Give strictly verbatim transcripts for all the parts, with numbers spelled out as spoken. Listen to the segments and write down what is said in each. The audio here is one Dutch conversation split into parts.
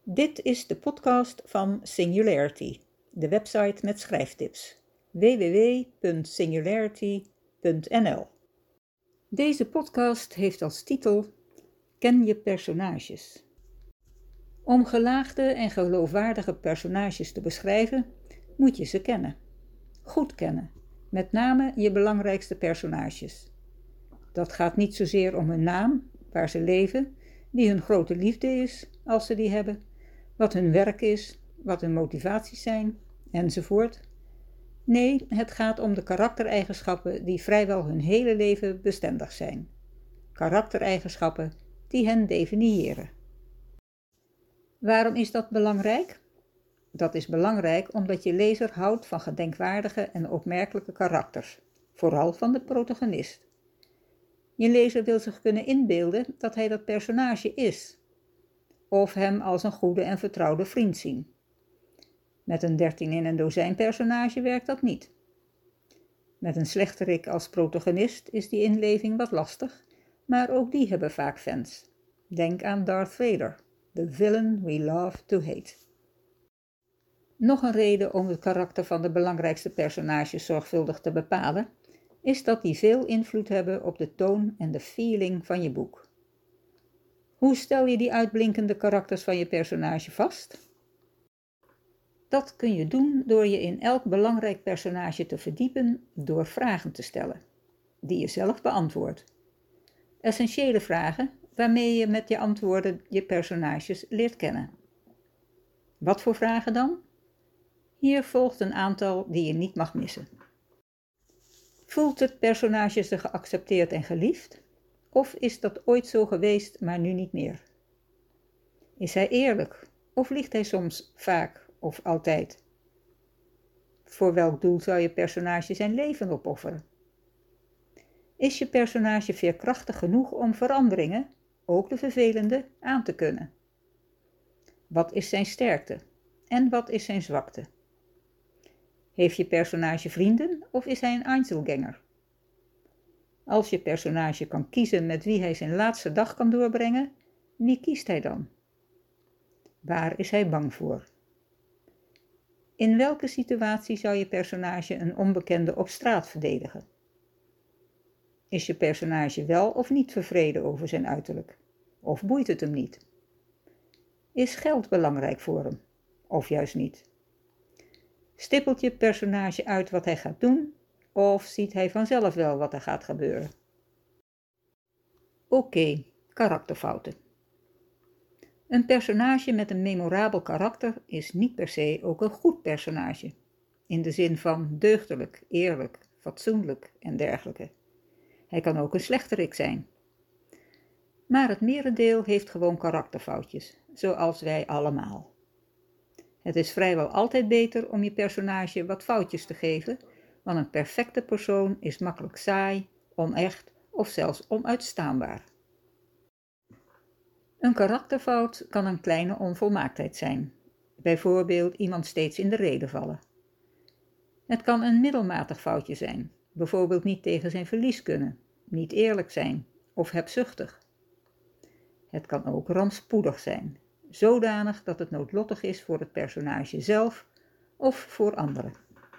Dit is de podcast van Singularity, de website met schrijftips. w w w punt singularity punt n l. Deze podcast heeft als titel Ken je personages. Om gelaagde en geloofwaardige personages te beschrijven, moet je ze kennen. Goed kennen, met name je belangrijkste personages. Dat gaat niet zozeer om hun naam, waar ze leven, wie hun grote liefde is, als ze die hebben, wat hun werk is, wat hun motivaties zijn, enzovoort. Nee, het gaat om de karaktereigenschappen die vrijwel hun hele leven bestendig zijn. Karaktereigenschappen die hen definiëren. Waarom is dat belangrijk? Dat is belangrijk omdat je lezer houdt van gedenkwaardige en opmerkelijke karakters, vooral van de protagonist. Je lezer wil zich kunnen inbeelden dat hij dat personage is, of hem als een goede en vertrouwde vriend zien. Met een dertien in een dozijn personage werkt dat niet. Met een slechterik als protagonist is die inleving wat lastig, maar ook die hebben vaak fans. Denk aan Darth Vader, the villain we love to hate. Nog een reden om het karakter van de belangrijkste personages zorgvuldig te bepalen, is dat die veel invloed hebben op de toon en de feeling van je boek. Hoe stel je die uitblinkende karakters van je personage vast? Dat kun je doen door je in elk belangrijk personage te verdiepen door vragen te stellen, die je zelf beantwoordt. Essentiële vragen waarmee je met je antwoorden je personages leert kennen. Wat voor vragen dan? Hier volgt een aantal die je niet mag missen. Voelt het personage zich geaccepteerd en geliefd? Of is dat ooit zo geweest, maar nu niet meer? Is hij eerlijk? Of liegt hij soms vaak of altijd? Voor welk doel zou je personage zijn leven opofferen? Is je personage veerkrachtig genoeg om veranderingen, ook de vervelende, aan te kunnen? Wat is zijn sterkte? En wat is zijn zwakte? Heeft je personage vrienden of is hij een Einzelgänger? Als je personage kan kiezen met wie hij zijn laatste dag kan doorbrengen, wie kiest hij dan? Waar is hij bang voor? In welke situatie zou je personage een onbekende op straat verdedigen? Is je personage wel of niet tevreden over zijn uiterlijk? Of boeit het hem niet? Is geld belangrijk voor hem? Of juist niet? Stippelt je personage uit wat hij gaat doen? Of ziet hij vanzelf wel wat er gaat gebeuren? Oké, okay, karakterfouten. Een personage met een memorabel karakter is niet per se ook een goed personage. In de zin van deugdelijk, eerlijk, fatsoenlijk en dergelijke. Hij kan ook een slechterik zijn. Maar het merendeel heeft gewoon karakterfoutjes, zoals wij allemaal. Het is vrijwel altijd beter om je personage wat foutjes te geven, want een perfecte persoon is makkelijk saai, onecht of zelfs onuitstaanbaar. Een karakterfout kan een kleine onvolmaaktheid zijn, bijvoorbeeld iemand steeds in de rede vallen. Het kan een middelmatig foutje zijn, bijvoorbeeld niet tegen zijn verlies kunnen, niet eerlijk zijn of hebzuchtig. Het kan ook rampspoedig zijn, zodanig dat het noodlottig is voor het personage zelf of voor anderen.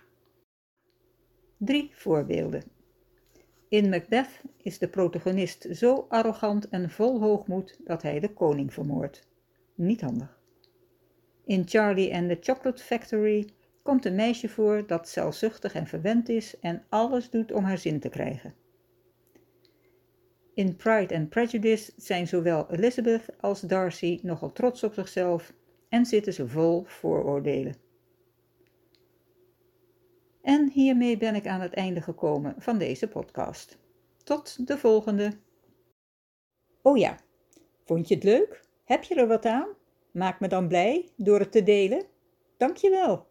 Drie voorbeelden. In Macbeth is de protagonist zo arrogant en vol hoogmoed dat hij de koning vermoordt. Niet handig. In Charlie and the Chocolate Factory komt een meisje voor dat zelfzuchtig en verwend is en alles doet om haar zin te krijgen. In Pride and Prejudice zijn zowel Elizabeth als Darcy nogal trots op zichzelf en zitten ze vol vooroordelen. En hiermee ben ik aan het einde gekomen van deze podcast. Tot de volgende. Oh ja, vond je het leuk? Heb je er wat aan? Maak me dan blij door het te delen. Dank je wel.